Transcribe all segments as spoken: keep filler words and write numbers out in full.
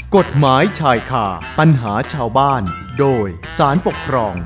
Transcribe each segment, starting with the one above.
กฎหมายชายคาปัญหาชาวบ้านโดยศาลปกครอง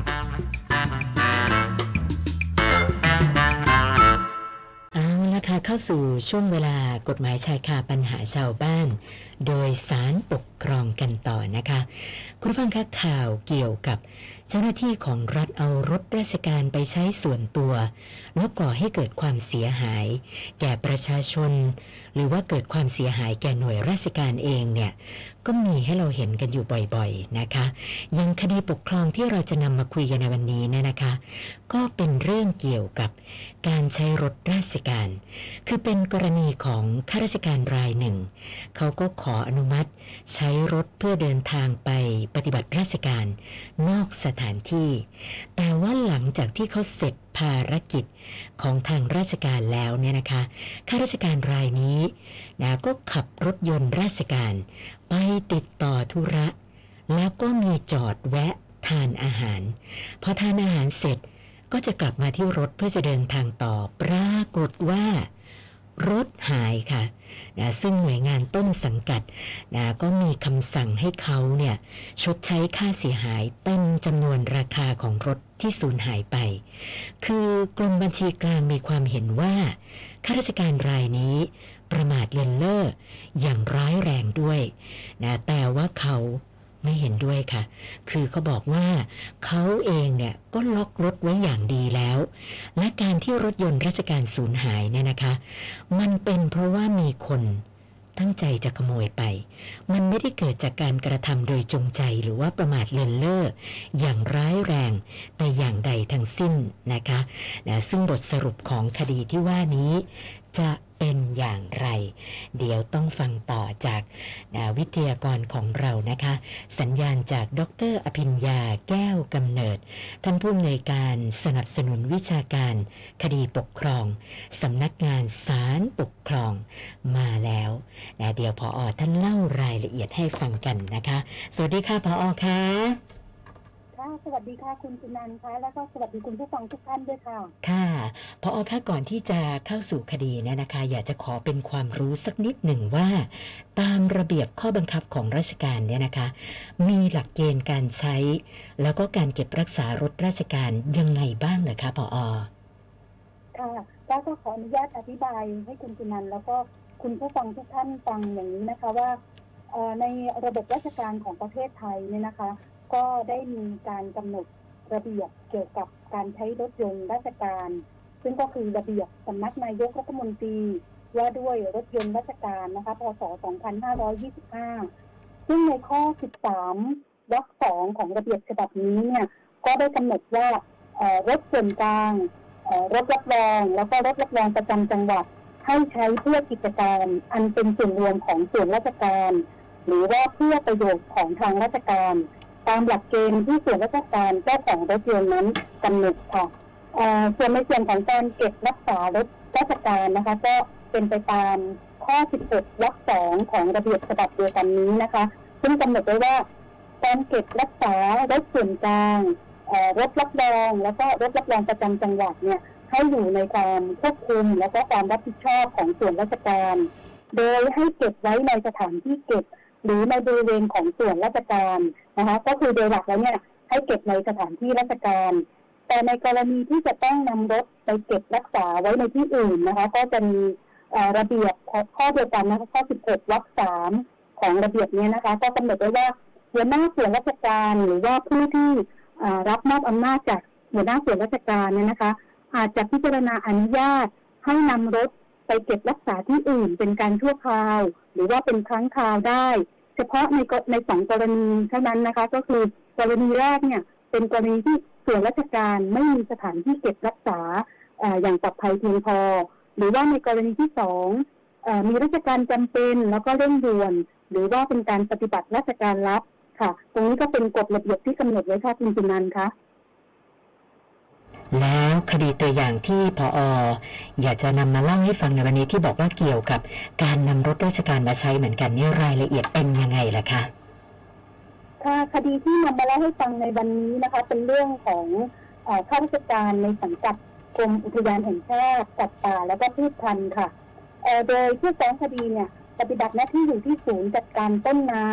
เอาละค่ะเข้าสู่ช่วงเวลากฎหมายชายคาปัญหาชาวบ้านโดยศาลปกครองกันต่อนะคะคุณผู้ฟังคะข่าวเกี่ยวกับเจ้าหน้าที่ของรัฐเอารถราชการไปใช้ส่วนตัวแล้วก่อให้เกิดความเสียหายแก่ประชาชนหรือว่าเกิดความเสียหายแก่หน่วยราชการเองเนี่ยก็มีให้เราเห็นกันอยู่บ่อยๆนะคะยังคดีปกครองที่เราจะนำมาคุยกันในวันนี้เนี่ยนะคะก็เป็นเรื่องเกี่ยวกับการใช้รถราชการคือเป็นกรณีของข้าราชการรายหนึ่งเขาก็ขออนุมัติใช้รถเพื่อเดินทางไปปฏิบัติราชการนอกสถานที่แต่ว่าหลังจากที่เขาเสร็จภารกิจของทางราชการแล้วเนี่ยนะคะข้าราชการรายนี้นะก็ขับรถยนต์ราชการไปติดต่อธุระแล้วก็มีจอดแวะทานอาหารพอทานอาหารเสร็จก็จะกลับมาที่รถเพื่อจะเดินทางต่อปรากฏว่ารถหายค่ะนะซึ่งหน่วยงานต้นสังกัดนะก็มีคำสั่งให้เขาเนี่ยชดใช้ค่าเสียหายเต็มจำนวนราคาของรถที่สูญหายไปคือกรมบัญชีกลางมีความเห็นว่าข้าราชการรายนี้ประมาทเลินเล่ออย่างร้ายแรงด้วยนะแต่ว่าเขาไม่เห็นด้วยค่ะคือเขาบอกว่าเขาเองเนี่ยก็ล็อกรถไว้อย่างดีแล้วและการที่รถยนต์ราชการสูญหายเนี่ยนะคะมันเป็นเพราะว่ามีคนตั้งใจจะขโมยไปมันไม่ได้เกิดจากการกระทำโดยจงใจหรือว่าประมาทเลินเล่ออย่างร้ายแรงแต่อย่างใดทั้งสิ้นนะคะนะซึ่งบทสรุปของคดีที่ว่านี้จะเป็นอย่างไรเดี๋ยวต้องฟังต่อจากวิทยากรของเรานะคะสัญญาณจากดร.อภิญญาแก้วกำเนิดท่านผู้อำนวยการสนับสนุนวิชาการคดีปกครองสำนักงานศาลปกครองมาแล้วนะเดี๋ยวผอ.ท่านเล่ารายละเอียดให้ฟังกันนะคะสวัสดีค่ะผอ.ค่ะสวัสดีค่ะคุณสุนันท์ค่ะแล้วก็สวัสดีคุณผู้ฟังทุกท่านด้วยค่ะค่ะผอ.ค่ะก่อนที่จะเข้าสู่คดีเนี่ยนะคะอยากจะขอเป็นความรู้สักนิดหนึ่งว่าตามระเบียบข้อบังคับของราชการเนี่ยนะคะมีหลักเกณฑ์การใช้แล้วก็การเก็บรักษารถราชการยังไงบ้างเหรอคะผอ. ค่ะแล้วก็ขออนุญาตอธิบายให้คุณสุนันท์แล้วก็คุณผู้ฟังทุกท่านฟังอย่างนี้นะคะว่าในระบบราชการของประเทศไทยเนี่ยนะคะก็ได้มีการกำหนดระเบียบเกี่ยวกับการใช้รถยนต์ราชการซึ่งก็คือระเบียบสำนักนายกรัฐมนตรีว่าด้วยรถยนต์ราชการนะคะพ.ศ. สองพันห้าร้อยยี่สิบห้าซึ่งในข้อสิบสามวรรคสองของระเบียบฉบับนี้เนี่ยก็ได้กำหนดว่ารถส่วนกลางรถรับรองแล้วก็รถรับรองประจำจังหวัดให้ใช้เพื่อกิจการอันเป็นส่วนรวมของส่วนราชการหรือว่าเพื่อประโยชน์ของทางราชการตามหลักเกณฑ์ที่ส่วนราชการเจ้าของรถยนต์นั้นกำหนดค่ะส่วนในส่วนของการเก็บรักษารถราชการนะคะก็เป็นไปตามข้อสิบหกวรรคสองของระเบียบฉบับเดียวกันนี้นะคะซึ่งกำหนดไว้ว่าการเก็บรักษารถส่วนกลางรถรับรองแล้วก็รถรับรองประจำจังหวัดเนี่ยให้อยู่ในความควบคุมและก็ความรับผิดชอบของส่วนราชการโดยให้เก็บไว้ในสถานที่เก็บหรือในบริเวณของส่วนราชการนะคะก็คือโดยหลักแล้วเนี่ยให้เก็บในสถานที่ราชการแต่ในกรณีที่จะต้องนำรถไปเก็บรักษาไว้ในที่อื่นนะคะก็จะมีระเบียบข้อเดียวกันนะคะข้อสิบเอ็ดวรรคสามของระเบียบนี้นะคะก็กำหนดไว้ว่าหัวหน้าส่วนราชการหรือว่าผู้ที่รับมอบอำนาจจากหัวหน้าส่วนราชการเนี่ยนะคะอาจจะพิจารณาอนุญาตให้นำรถไปเก็บรักษาที่อื่นเป็นการชั่วคราวหรือว่าเป็นครั้งคราวได้เฉพาะในในสองกรณีเท่านั้นนะคะก็คือกรณีแรกเนี่ยเป็นกรณีที่ส่วนราชการไม่มีสถานที่เก็บรักษาอย่างปลอดภัยเพียงพอหรือว่าในกรณีที่สองมีราชการจำเป็นแล้วก็เร่งด่วนหรือว่าเป็นการปฏิบัติราชการลับค่ะตรงนี้ก็เป็นกฎระเบียบที่กำหนดไว้ค่ะคุณจุนันท์คะแล้วคดีตัวอย่างที่ผอ.อยากจะนำมาเล่าให้ฟังในวันนี้ที่บอกว่าเกี่ยวกับการนำรถราชการมาใช้เหมือนกันนี่รายละเอียดเป็นยังไงล่ะคะค่ะคดีที่นำมาเล่าให้ฟังในวันนี้นะคะเป็นเรื่องของข้าราชการในสังกัดกรมอุทยานแห่งชาติสัตว์ป่าและก็พืชพันธุ์ค่ะโดยผู้ฟ้องคดีเนี่ยปฏิบัติหน้าที่อยู่ที่ศูนย์จัดการต้นน้ำ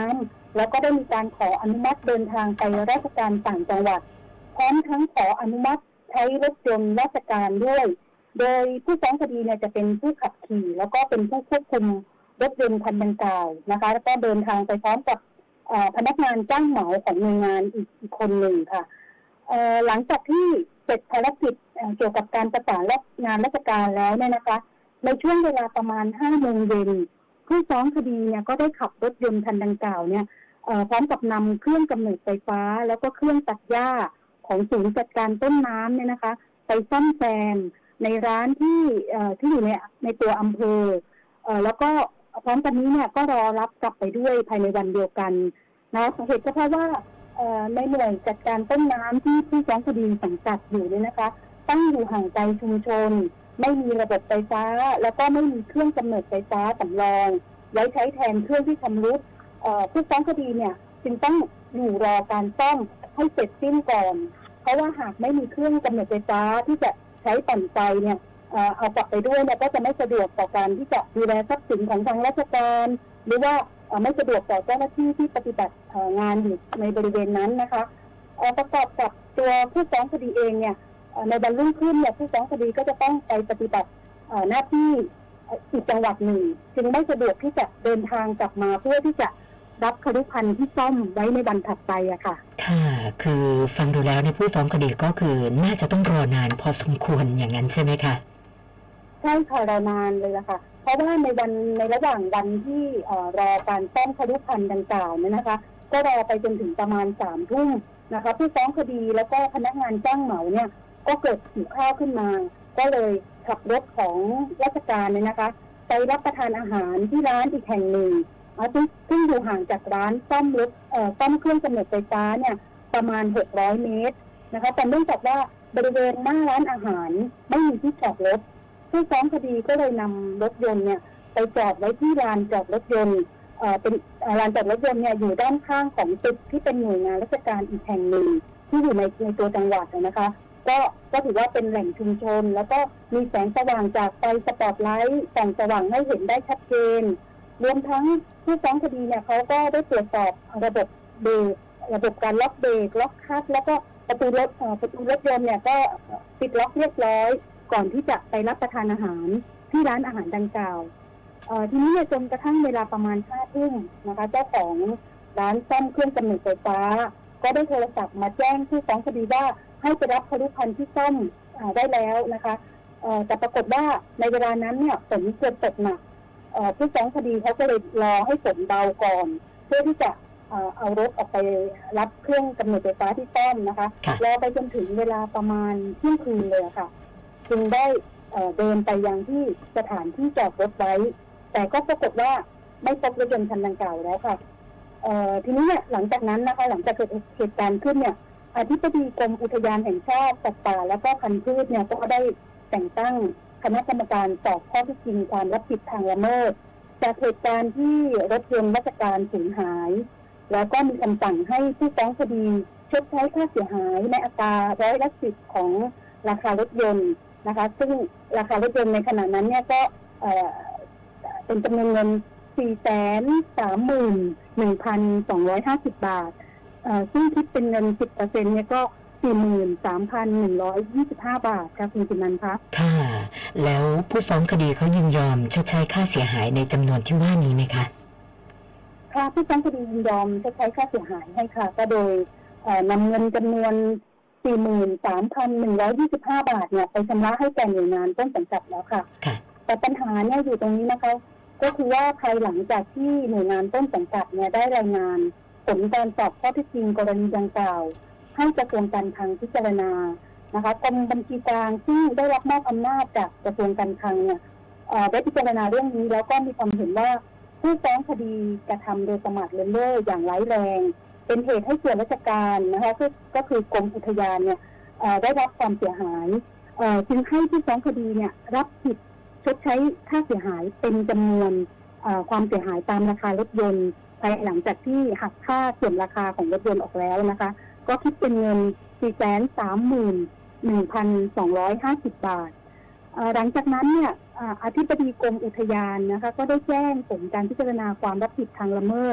แล้วก็ได้มีการขออนุมัติเดินทางไปราชการต่างจังหวัดพร้อมทั้งขออนุมัติใช้รถยนต์ราชการด้วยโดยผู้ฟ้องคดีเนี่ยจะเป็นผู้ขับขี่แล้วก็เป็นผู้ควบคุมรถยนต์คันดังกล่าวนะคะแล้วก็เดินทางไปพร้อมกับพนักงานจ้างเหมาของหน่วยงานอีกอีกคนหนึ่งค่ะหลังจากที่เสร็จภารกิจเกี่ยวกับการประสานงานราชการแล้วเนี่ยนะคะในช่วงเวลาประมาณห้าโมงเย็นผู้ฟ้องคดีเนี่ยก็ได้ขับรถยนต์คันดังกล่าวเนี่ยพร้อมกับนำเครื่องกำเนิดไฟฟ้าแล้วก็เครื่องตัดหญ้าของศูนย์จัดการต้นน้ำเนี่ยนะคะไปซ่อมแซมในร้านที่ที่อยู่ในในตัวอำเภอแล้วก็พร้อมกันนี้เนี่ยก็รอรับกลับไปด้วยภายในวันเดียวกันนะเหตุก็เพราะว่าในหน่วยจัดการต้นน้ำที่ผู้ฟ้องคดีสังกัดอยู่เนี่ยนะคะตั้งอยู่ห่างไกลชุมชนไม่มีระบบไฟฟ้าแล้วก็ไม่มีเครื่องกำเนิดไฟฟ้าสำรองไว้ใช้แทนเครื่องที่ชำรุดผู้ฟ้องคดีเนี่ยจึงต้องอยู่รอการซ่อมให้เสร็จสิ้นก่อนเพราะว่าหากไม่มีเครื่องกำเนิดไฟฟ้าที่จะใช้ปั่นไฟเนี่ยเอากลับไปด้วยเนี่ยก็จะไม่สะดวกต่อการที่จะดูแลทรัพย์สินของทางราชการหรือว่าไม่สะดวกต่อเจ้าหน้าที่ที่ปฏิบัติงานอยู่ในบริเวณนั้นนะคะประกอบกับตัวผู้ฟ้องคดีเองเนี่ยในวันรุ่งขึ้นเนี่ยผู้ฟ้องคดีก็จะต้องไปปฏิบัติหน้าที่อีกจังหวัดหนึ่งจึงไม่สะดวกที่จะเดินทางกลับมาเพื่อที่จะรับคฤภัณฑ์ที่ซ่อมไว้ในวันถัดไปอะค่ะค่ะคือฟังดูแล้วในผู้ฟ้องคดีก็คือน่าจะต้องรอนานพอสมควรอย่างนั้นใช่ไหมคะใช่ค่ะรอนานเลยละค่ะเพราะว่าในวันในระหว่างวันที่รอการซ่อมคฤภัณฑ์ดังกล่าวเนี่ยนะคะก็รอไปจนถึงประมาณสามทุ่มนะคะผู้ฟ้องคดีแล้วก็พนักงานจ้างเหมาเนี่ยก็เกิดหิวข้าวขึ้นมาก็เลยขับรถของราชการเนี่ยนะคะไปรับประทานอาหารที่ร้านอีกแห่งหนึ่งซึ่งซึ่งอยู่ห่างจากร้านซ่อมรถเอ่อซ่อมเครื่องกำเนิดไฟฟ้าเนี่ยประมาณหกร้อยเมตรนะคะแต่เนื่องจากว่าบริเวณหน้าร้านอาหารไม่มีที่จอดรถผู้ฟ้องคดีก็เลยนำรถยนต์เนี่ยไปจอดไว้ที่ลานจอดรถยนต์เอ่อเป็นลานจอดรถยนต์เนี่ยอยู่ด้านข้างของตึกที่เป็นหน่วยงานราชการอีกแห่งหนึ่งที่อยู่ในในตัวจังหวัดนะคะก็ก็ถือว่าเป็นแหล่งชุมชนแล้วก็มีแสงสว่างจากไฟสปอตไลท์ส่องสว่างให้เห็นได้ชัดเจนรวมทั้งผู้ฟ้องคดีเนี่ยเขาก็ได้ตรวจสอบระบบเบรกระบบการล็อกเบรกล็อกคัทแล้วก็ประตูรถประตูรถยนต์เนี่ยก็ปิดล็อกเรียบร้อยก่อนที่จะไปรับประทานอาหารที่ร้านอาหารดังกล่าวทีนี้เนี่ยจนกระทั่งเวลาประมาณห้าทุ่มนะคะเจ้าของร้านซ่อมเครื่องกำเนิดไฟฟ้าก็ได้โทรศัพท์มาแจ้งผู้ฟ้องคดีว่าให้ไปรับคฤภัณฑ์ที่ซ่อมได้แล้วนะคะแต่ปรากฏว่าในเวลานั้นเนี่ยฝนเกิดตกหนักผู้ฟ้องคดีเขาก็เลยรอให้ฝนเบาก่อนเพื่อที่จะเอารถออกไปรับเครื่องกำเนิดไฟฟ้าที่ซ่อมนะคะรอไปจนถึงเวลาประมาณเที่ยงคืนเลยค่ะจึงได้เดินไปยังที่สถานที่จอดรถไว้แต่ก็ปรากฏว่าไม่พบรถยนต์คันดังกล่าวแล้วค่ะทีนี้เนี่ยหลังจากนั้นนะคะหลังจากเกิดเหตุการณ์ขึ้นเนี่ยอธิบดีกรมอุทยานแห่งชาติสัตว์ป่าและก็พันธุ์พืชเนี่ยก็ได้แต่งตั้งคณะกรรมการสอบข้อเท็จจริงความรับผิดทางละเมิดจากเหตุการณ์ที่รถยนต์ราชการสูญหายแล้วก็มีคำสั่งให้ผู้ฟ้องคดีชดใช้ค่าเสียหายในอัตราร้อยละสิบของราคารถยนต์นะคะซึ่งราคารถยนต์ในขณะนั้นเนี่ยก็เป็นจำนวนเงิน สี่แสนสามหมื่นหนึ่งพันสองร้อยห้าสิบ บาทซึ่งคิดเป็นเงิน สิบเปอร์เซ็นต์ เนี่ยก็ สี่หมื่นสามพันหนึ่งร้อยยี่สิบห้า บาทค่ะคุณจินันท์คะค่ะแล้วผู้ฟ้องคดีเขายินยอมชดใช้ค่าเสียหายในจำนวนที่ว่านี้ไหมคะค่ะผู้ฟ้องคดียินยอมชดใช้ค่าเสียหายให้ค่ะก็โดยนำเงินจำนวน สี่หมื่นสามพันหนึ่งร้อยยี่สิบห้า บาทเนี่ยไปชำระให้แก่หน่วยงานต้นสังกัดแล้วค่ะแต่ปัญหาเนี่ยอยู่ตรงนี้นะคะก็คือว่าภายหลังจากที่หน่วยงานต้นสังกัดเนี่ยได้รายงานผลการสอบข้อเท็จจริงกรณีดังกล่าวให้กระทรวงการคลังพิจารณานะคะกรมบัญชีกลางซึ่งได้รับมอบอำนาจจากกระทรวงการคลังเนี่ยได้พิจารณาเรื่องนี้แล้วก็มีความเห็นว่าผู้ฟ้องคดีกระทำโดยประมาทเลินเล่ออย่างร้ายแรงเป็นเหตุให้ส่วนราชการนะคะก็คือกรมอุทยานเนี่ยได้รับความเสียหายจึงให้ผู้ฟ้องคดีเนี่ยรับผิดชดใช้ค่าเสียหายเป็นจำนวนความเสียหายตามราคารถยนต์ภายหลังจากที่หักค่าส่วนราคาของรถยนต์ออกแล้วนะคะก็คิดเป็นเงิน สี่แสนสามหมื่นหนึ่งพันสองร้อยห้าสิบ บาทหลังจากนั้นเนี่ยอธิบดีกรมอุทยานนะคะก็ได้แจ้งผลการพิจารณาความรับผิดทางละเมิด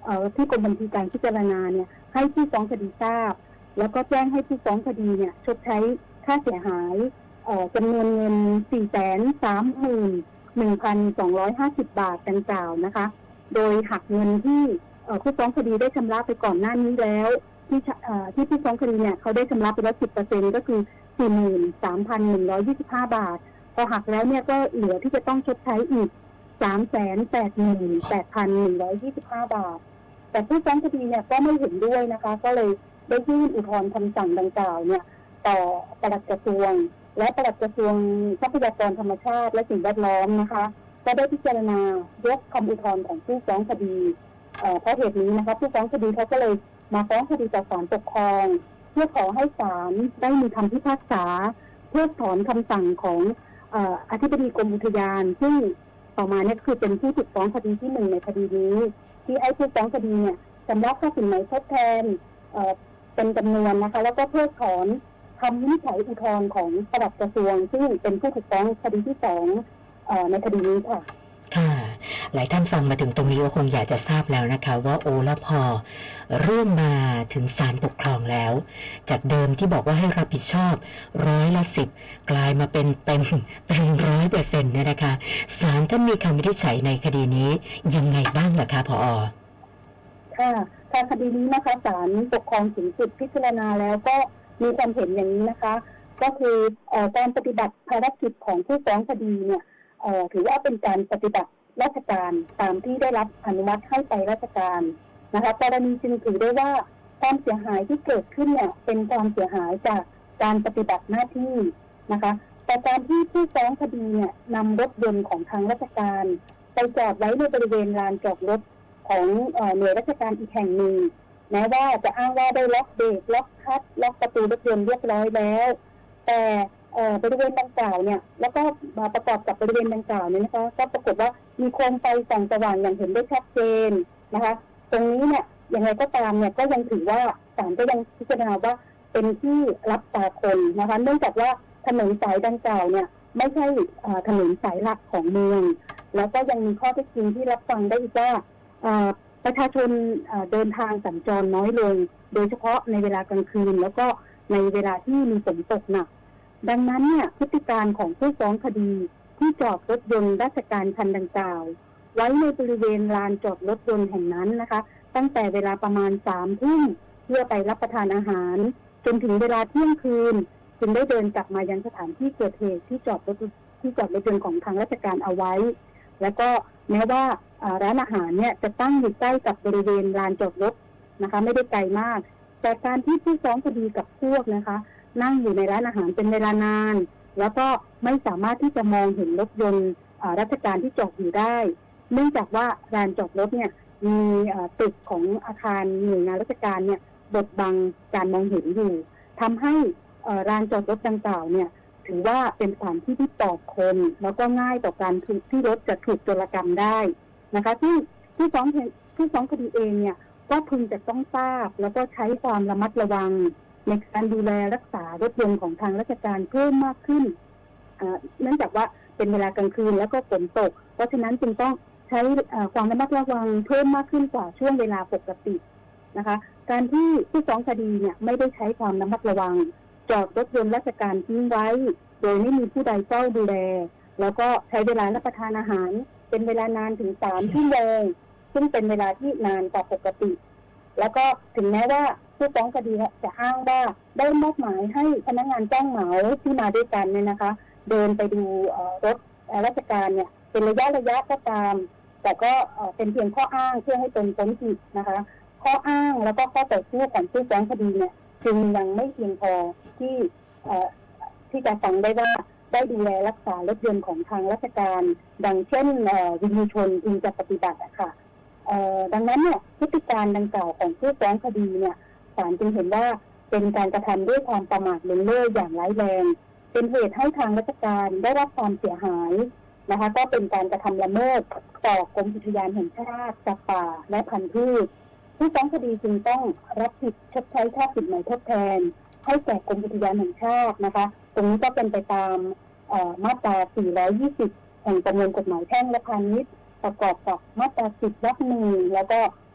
เอ่อที่กรมบัญชีกลางพิจารณาเนี่ยให้ผู้ฟ้องคดีทราบแล้วก็แจ้งให้ผู้ฟ้องคดีเนี่ยชดใช้ค่าเสียหายเอ่อจำนวนเงิน สี่แสนสามหมื่นหนึ่งพันสองร้อยห้าสิบ บาทดังกล่าวนะคะโดยหักเงินที่ผู้ฟ้องคดีได้ชำระไปก่อนหน้านี้แล้วที่ที่ผู้ฟ้องคดีเนี่ยเขาได้ชำระไปแล้ว สิบเปอร์เซ็นต์ ก็คือ สี่หมื่นสามพันหนึ่งร้อยยี่สิบห้า บาทพอหักแล้วเนี่ยก็เหลือที่จะต้องชดใช้อีก สามแสนแปดหมื่นแปดพันหนึ่งร้อยยี่สิบห้า บาทแต่ผู้ฟ้องคดีเนี่ยก็ไม่เห็นด้วยนะคะก็เลยได้ยื่นอุทธรณ์คำสั่งดังกล่าวเนี่ยต่อปลัดกระทรวงและปลัดกระทรวงทรัพยากรธรรมชาติและสิ่งแวดล้อมนะคะก็ได้พิจารณายกคำอุทธรณ์ของผู้ฟ้องคดีเพราะเหตุนี้นะคะผู้ฟ้องคดีเขาก็เลยมาฟ้องคดีต่อศาลปกครองเพื่อขอให้ศาลได้มีคำพิพากษาเพิกถอนคำสั่งของอธิบดีกรมอุทยานซึ่งต่อมาเนี่ยคือเป็นผู้ถูกฟ้องคดีที่หนึ่งในคดีนี้ที่ไอ้ผู้ฟ้องคดีเนี่ยชำระค่าสินไหมทดแทนเป็นจำนวนนะคะแล้วก็เพิกถอนคำวินิจฉัยอุทธรณ์ของปลัดกระทรวงซึ่งเป็นผู้ถูกฟ้องคดีที่สองในคดีนี้ค่ะค่ะหลายท่านฟังมาถึงตรงนี้ก็คงอยากจะทราบแล้วนะคะว่าโอละพอเรื่องมาถึงศาลปกครองแล้วจากเดิมที่บอกว่าให้รับผิดชอบร้อยละสิบกลายมาเป็นเป็นเป็นร้อยเปอร์เซ็นต์เนี่ยนะคะศาลท่านมีคำวินิจฉัยในคดีนี้ยังไงบ้างล่ะคะผอ. ค่ะการคดีนี้นะคะศาลปกครองสูงสุดพิจารณาแล้วก็มีความเห็นอย่างนี้นะคะก็คือการปฏิบัติภารกิจของผู้ฟ้องคดีเนี่ยถือว่าเป็นการปฏิบัติราชการตามที่ได้รับอนุมัติให้ไปราชการนะคะกรณีจึงถือได้ว่าความเสียหายที่เกิดขึ้นเนี่ยเป็นความเสียหายจากการปฏิบัติหน้าที่นะคะแต่การที่ผู้ฟ้องคดีเนี่ยนำรถยนต์ของทางราชการไปจอดไว้ในบริเวณลานจอดรถของหน่วยราชการอีกแห่งหนึ่งแม้ว่าจะอ้างว่าได้ล็อกเบรกล็อกคัทล็อกประตูรถยนต์เรียบร้อยแล้วแต่บริเวณดังกล่าวเนี่ยแล้วก็ประกอบกับบริเวณดังกล่าวเนี่ยนะคะก็ปรากฏว่ามีโคมไฟส่องสว่างอย่างเห็นได้ชัดเจนนะคะตรงนี้เนี่ยอย่างไรก็ตามเนี่ยก็ยังถือว่าศาลก็ยังพิจารณาว่าเป็นที่รับตาคนนะคะเนื่องจากว่าถนนสายดังกล่าวเนี่ยไม่ใช่ถนนสายหลักของเมืองแล้วก็ยังมีข้อเท็จจริงที่รับฟังได้อีกว่าประชาชนเดินทางสัญจรน้อยลงโดยเฉพาะในเวลากลางคืนแล้วก็ในเวลาที่มีฝนตกหนักดังนั้นเนี่ยพฤติการของผู้ฟ้องคดีที่จอดรถยนต์ราชการคันดังกล่าวไว้ในบริเวณลานจอดรถยนต์แห่งนั้นนะคะตั้งแต่เวลาประมาณสามทุ่มเพื่อไปรับประทานอาหารจนถึงเวลาเที่ยงคืนจึงได้เดินกลับมายังสถานที่เกิดเหตุที่จอดรถที่จอดรถยนต์ของทางราชการเอาไว้แล้วก็แม้ว่าร้านอาหารเนี่ยจะตั้งอยู่ใกล้กับบริเวณลานจอดรถนะคะไม่ได้ไกลมากแต่การที่ผู้ฟ้องคดีกับพวกนะคะนั่งอยู่ในร้านอาหารเป็นเวลานานแล้วก็ไม่สามารถที่จะมองเห็นรถยนต์ราชการที่จอดอยู่ได้เนื่องจากว่าลานจอดรถเนี่ยมีตึกของอาคารหน่วยงานราชการเนี่ยบดบังการมองเห็นอยู่ทำให้ลานจอดรถดังกล่าวเนี่ยถือว่าเป็นสถานที่ที่ปลอดคนแล้วก็ง่ายต่อการที่รถจะถูกโจรกรรมได้นะคะที่ผู้ฟ้องผู้ฟ้องคดีเองเนี่ยก็พึงจะต้องทราบแล้วก็ใช้ความระมัดระวังในการดูแลรักษารถยนต์ของทางราชการเพิ่มมากขึ้นเนื่องจากว่าเป็นเวลากลางคืนแล้วก็ฝนตกเพราะฉะนั้นจึงต้องใช้ความระมัดระวังเพิ่มมากขึ้นกว่าช่วงเวลาปกตินะคะการที่ผู้ฟ้องคดีเนี่ยไม่ได้ใช้ความระมัดระวังจอดรถยนต์ราชการทิ้งไว้โดยไม่มีผู้ใดเฝ้าดูแลแล้วก็ใช้เวลารับประทานอาหารเป็นเวลานานถึงสามชั่วโมงซึ่งเป็นเวลาที่นานกว่าปกติแล้วก็ถึงแม้ว่าผู้ฟ้องคดีจะอ้างว่าได้มอบหมายให้พนักงานจ้างเหมาที่มาด้วยกันเนี่ยนะคะเดินไปดูรถราชการเนี่ยเป็นระยะระยะก็ตามแต่ก็เป็นเพียงข้ออ้างเพื่อให้ตนพ้นผิดนะคะข้ออ้างแล้วก็ข้อต่อสู้ของผู้ฟ้องคดีเนี่ยจึงยังไม่เพียงพอที่ที่จะฟังได้ว่าได้ดูแลรักษารถยนต์ของทางราชการดังเช่นวินยูชนพึงจะปฏิบัติอะค่ะดังนั้นเนี่ยพฤติการดังกล่าวของผู้ฟ้องคดีเนี่ยศาลจึงเห็นว่าเป็นการกระทำด้วยความประมาทเลินเล่ออย่างร้ายแรงเป็นเหตุให้ทางราชการได้รับความเสียหายนะคะก็เป็นการกระทำละเมิดต่อกรมอุทยานแห่งชาติสัตว์ป่าและพันธุ์พืชผู้ฟ้องคดีจึงต้องรับผิดชดใช้ค่าสินไหมทดแทนให้แก่กรมอุทยานแห่งชาตินะคะตรงนี้ก็เป็นไปตามมาตราสี่ร้อยยี่สิบแห่งประมวลกฎหมายแพ่งและพาณิชย์ประกอบกับมาตราสิบวรรคหนึ่งแล้วก็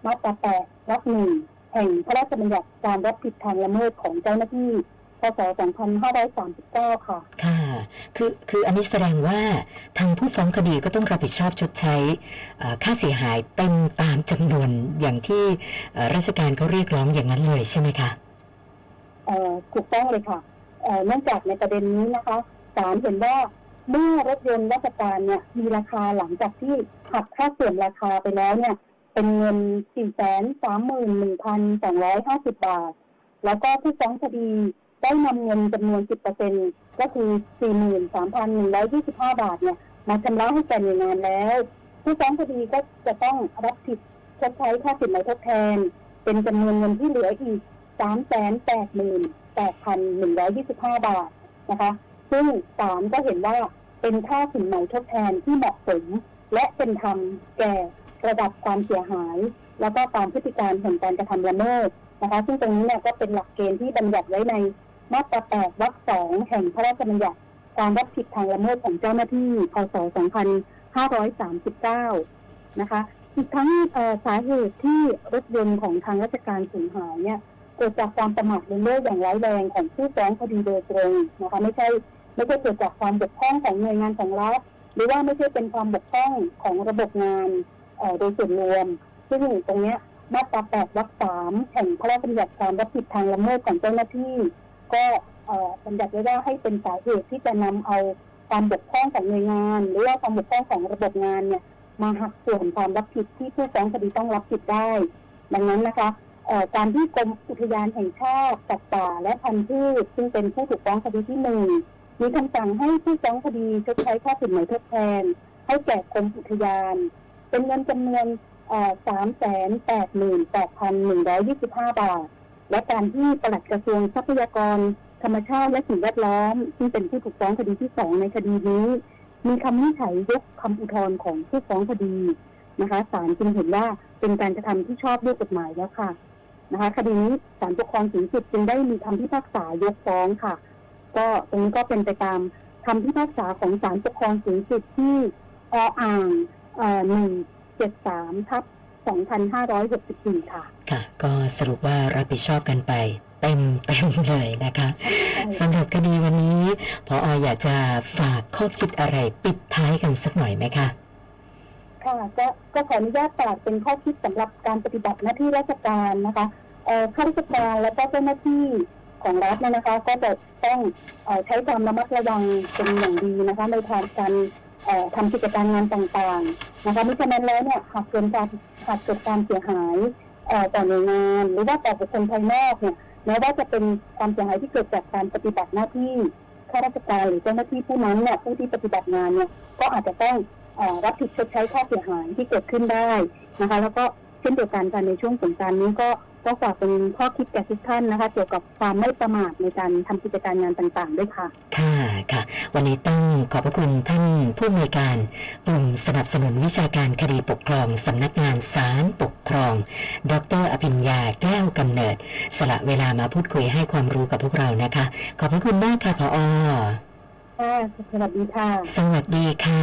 มาตราแปดวรรคหนึ่งแห่งพระราชบัญญัติการรับผิดทางละเมิดของเจ้าหน้าที่พ.ศ. สองพันห้าร้อยสามสิบเก้าค่ะค่ะคือคืออันนี้แสดงว่าทางผู้ฟ้องคดีก็ต้องรับผิดชอบชดใช้ค่าเสียหายเต็มตามจำนวนอย่างที่ราชการเขาเรียกร้องอย่างนั้นเลยใช่ไหมคะเอ่อถูกต้องเลยค่ะเอ่อเนื่องจากในประเด็นนี้นะคะศาลเห็นว่าเมื่อรถยนต์ราชการเนี่ยมีราคาหลังจากที่หักค่าเสื่อมราคาไปแล้วเนี่ยเป็นเงิน สี่แสนสามหมื่นหนึ่งพันสองร้อยห้าสิบ บาทแล้วก็ผู้ฟ้องคดีได้นำเงินจำนวน สิบเปอร์เซ็นต์ ก็คือ สี่หมื่นสามพันหนึ่งร้อยยี่สิบห้า บาทเนี่ยมาชำระให้แก่หน่วยงานแล้วผู้ฟ้องคดีก็จะต้องรับผิดชดใช้ค่าสินไหมทดแทนเป็นจำนวนเงินที่เหลืออีก สามแสนแปดหมื่นแปดพันหนึ่งร้อยยี่สิบห้า บาทนะคะซึ่งศาลก็เห็นว่าเป็นค่าสินไหมทดแทนที่เหมาะสมและเป็นธรรมแก่ระดับความเสียหายแล้วก็ตามพฤติการแห่งการกระทำละเมิดนะคะซึ่งตรงนี้เนี่ยก็เป็นหลักเกณฑ์ที่บัญญัติไว้ในมาตราแปดวรรคสองแห่งพระราชบัญญัติการรับผิดทางละเมิดของเจ้าหน้าที่พ.ศ. สองพันห้าร้อยสามสิบเก้านะคะอีกทั้งสาเหตุที่รถยนต์ของทางราชการสูญหายเนี่ยเกิดจากความประมาทเลินเล่ออย่างร้ายแรงของผู้ฟ้องคดีโดยตรงนะคะไม่ใช่ไม่ใช่เกิดจากความบกพร่องของหน่วยงานของรัฐหรือว่าไม่ใช่เป็นความบกพร่องของระบบงานโดยส่วนรวมซึ่งตรงนี้มาตราแปดวรรคสามแห่งพระราชบัญญัติการรับผิดทางละเมิดของเจ้าหน้าที่ก็บัญญัติไว้ว่าให้เป็นสาเหตุที่จะนำเอาความบกพร่องของหน่วยงานหรือว่าความบกพร่องของระบบงานเนี่ยมาหักส่วนความรับผิดที่ผู้ฟ้องคดีต้องรับผิดได้ดังนั้นนะคะการที่กรมอุทยานแห่งชาติสัตว์ป่าและพันธุ์พืชซึ่งเป็นผู้ถูกฟ้องคดีที่หนึ่งมีคำสั่งให้ผู้ฟ้องคดีชดใช้ค่าสินไหมทดแทนให้แก่กรมอุทยานเป็นเงินจำนวนสามแสนแปดหมื่นแปดพันหนึ่งร้อยยี่สิบห้า บาทและการที่ปลัดกระทรวงทรัพยากรธรรมชาติและสิ่งแวดล้อมซึ่งเป็นผู้ถูกฟ้องคดีที่สองในคดีนี้มีคำวินิจฉัยยกคำอุทธรณ์ของผู้ฟ้องคดีนะคะศาลจึงเห็นว่าเป็นการกระทำที่ชอบด้วยกฎหมายแล้วค่ะนะคะคดีนี้ศาลปกครองสูงสุดจึงได้มีคำพิพากษายกฟ้องค่ะก็ตรงนี้ก็เป็นไปตามคำพิพากษาของศาลปกครองสูงสุดที่ออ่างหนึ่งเจ็ดสามทับสองพันห้าร้อยหกสิบสี่ค่ะค่ะก็สรุปว่ารับผิดชอบกันไปเต็มเต็มเลยนะคะสำหรับคดีวันนี้ผอ.อยากจะฝากข้อคิดอะไรปิดท้ายกันสักหน่อยไหมคะค่ะก็ก็ขออนุญาตฝากเป็นข้อคิดสำหรับการปฏิบัติหน้าที่ราชการนะคะเอ่อข้าราชการและก็เจ้าหน้าที่ของรัฐเนี่ยนะคะก็จะต้องเอ่อใช้ความระมัดระวังเป็นอย่างดีนะคะในทางการเอ่อทำกิจการงานต่างๆนะคะมิฉะนั้นแล้วเนี่ยหากเกิดการหากเกิดการเสียหายเอ่อต่อหน่วยงานหรือว่าต่อบุคคลภายนอกเนี่ยแม้ว่าจะเป็นความเสียหายที่เกิดจากการปฏิบัติหน้าที่ข้าราชการหรือเจ้าหน้าที่ผู้นั้นเนี่ยผู้ที่ปฏิบัติงานเนี่ยก็อาจจะต้องรับผิดชดใช้ค่าเสียหายที่เกิดขึ้นได้นะคะแล้วก็เช่นเดียวกันกันในช่วงสงกรานต์นี้ก็ก็ฝากเป็นข้อคิดแก่ทุกท่านนะคะเกี่ยวกับความไม่ประมาทในการทำกิจการงานต่างๆด้วยค่ะค่ะค่ะวันนี้ต้องขอบพระคุณท่านผู้อำนวยการกลุ่มสนับสนุนวิชาการคดีปกครองสำนักงานศาลปกครองดร.อภิญญาแก้วกำเนิดสละเวลามาพูดคุยให้ความรู้กับพวกเรานะคะขอบพระคุณมากค่ะผอ. ค่ะสวัสดีค่ะสวัสดีค่ะ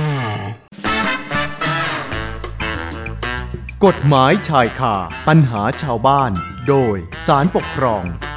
กฎหมายชายคาปัญหาชาวบ้านโดยศาลปกครอง